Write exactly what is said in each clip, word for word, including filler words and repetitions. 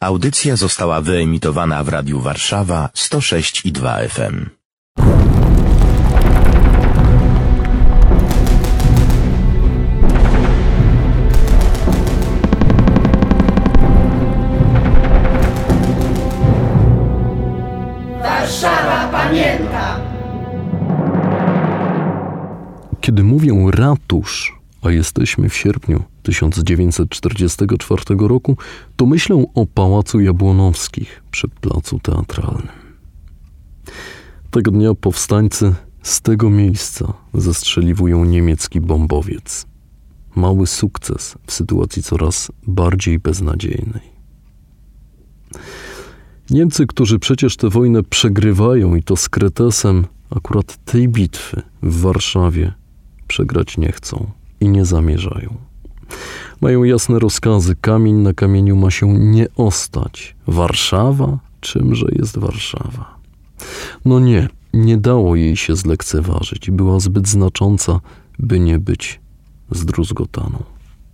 Audycja została wyemitowana w Radiu Warszawa sto sześć i dwa F M. Warszawa pamięta! Kiedy mówię ratusz, a jesteśmy w sierpniu tysiąc dziewięćset czterdziestego czwartego roku, to myślę o Pałacu Jabłonowskich przy Placu Teatralnym. Tego dnia powstańcy z tego miejsca zestrzeliwują niemiecki bombowiec. Mały sukces w sytuacji coraz bardziej beznadziejnej. Niemcy, którzy przecież tę wojnę przegrywają i to z kretesem, akurat tej bitwy w Warszawie przegrać nie chcą i nie zamierzają. Mają jasne rozkazy, kamień na kamieniu ma się nie ostać. Warszawa? Czymże jest Warszawa? No nie, nie dało jej się zlekceważyć i była zbyt znacząca, by nie być zdruzgotaną.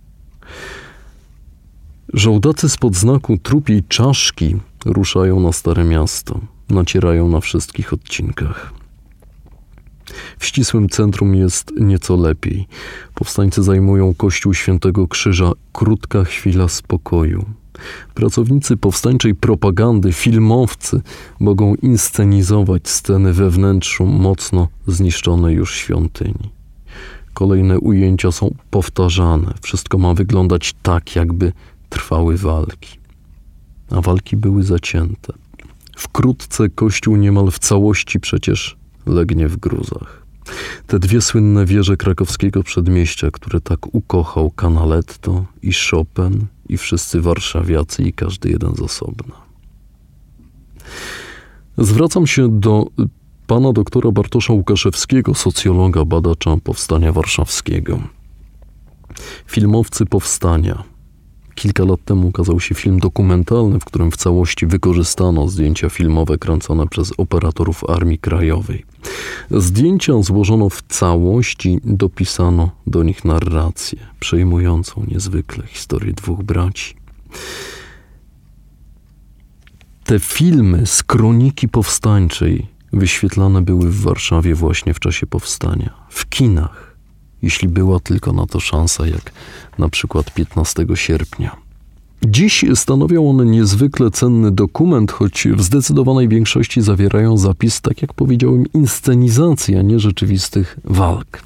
Żołdacy spod znaku trupiej czaszki ruszają na Stare Miasto, nacierają na wszystkich odcinkach. W ścisłym centrum jest nieco lepiej. Powstańcy zajmują kościół Świętego Krzyża. Krótka chwila spokoju. Pracownicy powstańczej propagandy, filmowcy mogą inscenizować sceny we wnętrzu mocno zniszczonej już świątyni. Kolejne ujęcia są powtarzane. Wszystko ma wyglądać tak, jakby trwały walki. A walki były zacięte. Wkrótce kościół niemal w całości przecież legnie w gruzach. Te dwie słynne wieże krakowskiego przedmieścia, które tak ukochał Canaletto i Chopin i wszyscy warszawiacy i każdy jeden z osobna. Zwracam się do pana doktora Bartosza Łukaszewskiego, socjologa, badacza powstania warszawskiego. Filmowcy powstania. Kilka lat temu ukazał się film dokumentalny, w którym w całości wykorzystano zdjęcia filmowe kręcone przez operatorów Armii Krajowej. Zdjęcia złożono w całość i dopisano do nich narrację, przejmującą niezwykle historię dwóch braci. Te filmy z kroniki powstańczej wyświetlane były w Warszawie właśnie w czasie powstania, w kinach, jeśli była tylko na to szansa, jak na przykład piętnastego sierpnia. Dziś stanowią one niezwykle cenny dokument, choć w zdecydowanej większości zawierają zapis, tak jak powiedziałem, inscenizacji, a nie rzeczywistych walk.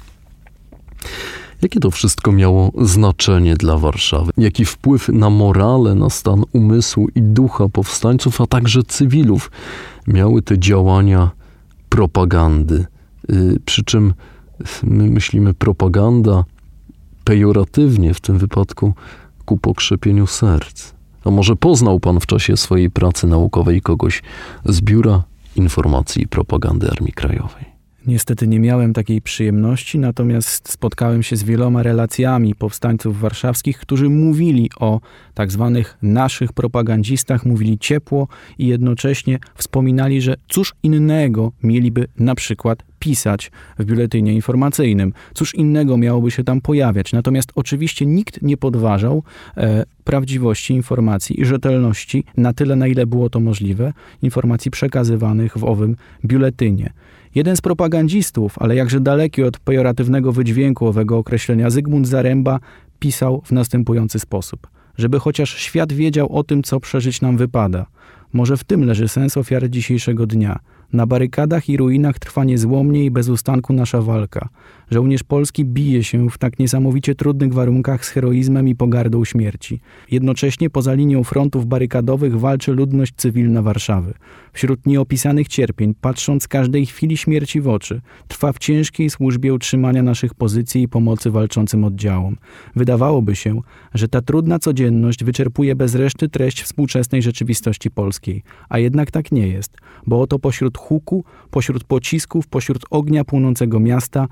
Jakie to wszystko miało znaczenie dla Warszawy? Jaki wpływ na morale, na stan umysłu i ducha powstańców, a także cywilów miały te działania propagandy? Yy, przy czym my myślimy propaganda pejoratywnie w tym wypadku ku pokrzepieniu serc. A może poznał pan w czasie swojej pracy naukowej kogoś z Biura Informacji i Propagandy Armii Krajowej? Niestety nie miałem takiej przyjemności, natomiast spotkałem się z wieloma relacjami powstańców warszawskich, którzy mówili o tak zwanych naszych propagandzistach, mówili ciepło i jednocześnie wspominali, że cóż innego mieliby na przykład pisać w biuletynie informacyjnym. Cóż innego miałoby się tam pojawiać. Natomiast oczywiście nikt nie podważał e, prawdziwości informacji i rzetelności na tyle, na ile było to możliwe, informacji przekazywanych w owym biuletynie. Jeden z propagandzistów, ale jakże daleki od pejoratywnego wydźwięku owego określenia, Zygmunt Zaręba, pisał w następujący sposób. Żeby chociaż świat wiedział o tym, co przeżyć nam wypada. Może w tym leży sens ofiary dzisiejszego dnia. Na barykadach i ruinach trwa niezłomnie i bez ustanku nasza walka. Żołnierz polski bije się w tak niesamowicie trudnych warunkach z heroizmem i pogardą śmierci. Jednocześnie poza linią frontów barykadowych walczy ludność cywilna Warszawy. Wśród nieopisanych cierpień, patrząc każdej chwili śmierci w oczy, trwa w ciężkiej służbie utrzymania naszych pozycji i pomocy walczącym oddziałom. Wydawałoby się, że ta trudna codzienność wyczerpuje bez reszty treść współczesnej rzeczywistości polskiej. A jednak tak nie jest, bo oto pośród huku, pośród pocisków, pośród ognia płonącego miasta wyłania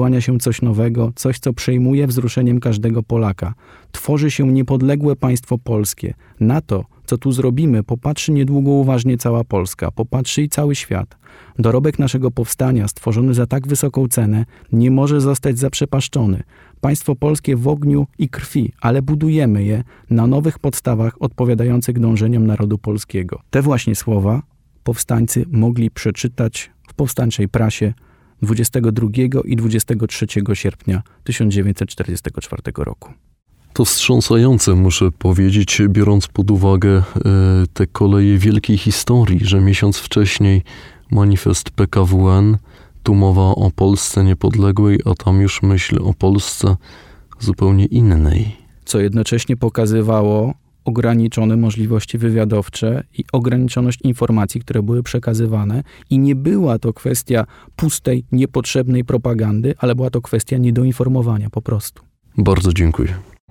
wyłania się coś nowego, coś, co przejmuje wzruszeniem każdego Polaka. Tworzy się niepodległe państwo polskie. Na to, co tu zrobimy, popatrzy niedługo uważnie cała Polska, popatrzy i cały świat. Dorobek naszego powstania, stworzony za tak wysoką cenę, nie może zostać zaprzepaszczony. Państwo polskie w ogniu i krwi, ale budujemy je na nowych podstawach odpowiadających dążeniom narodu polskiego. Te właśnie słowa powstańcy mogli przeczytać w powstańczej prasie dwudziestego drugiego i dwudziestego trzeciego sierpnia tysiąc dziewięćset czterdziestego czwartego roku. To wstrząsające, muszę powiedzieć, biorąc pod uwagę e, te koleje wielkiej historii, że miesiąc wcześniej manifest P K W N, tu mowa o Polsce niepodległej, a tam już myśl o Polsce zupełnie innej. Co jednocześnie pokazywało ograniczone możliwości wywiadowcze i ograniczoność informacji, które były przekazywane, i nie była to kwestia pustej, niepotrzebnej propagandy, ale była to kwestia niedoinformowania po prostu. Bardzo dziękuję.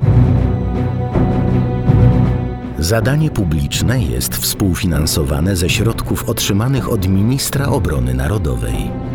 Zadanie publiczne jest współfinansowane ze środków otrzymanych od Ministra Obrony Narodowej.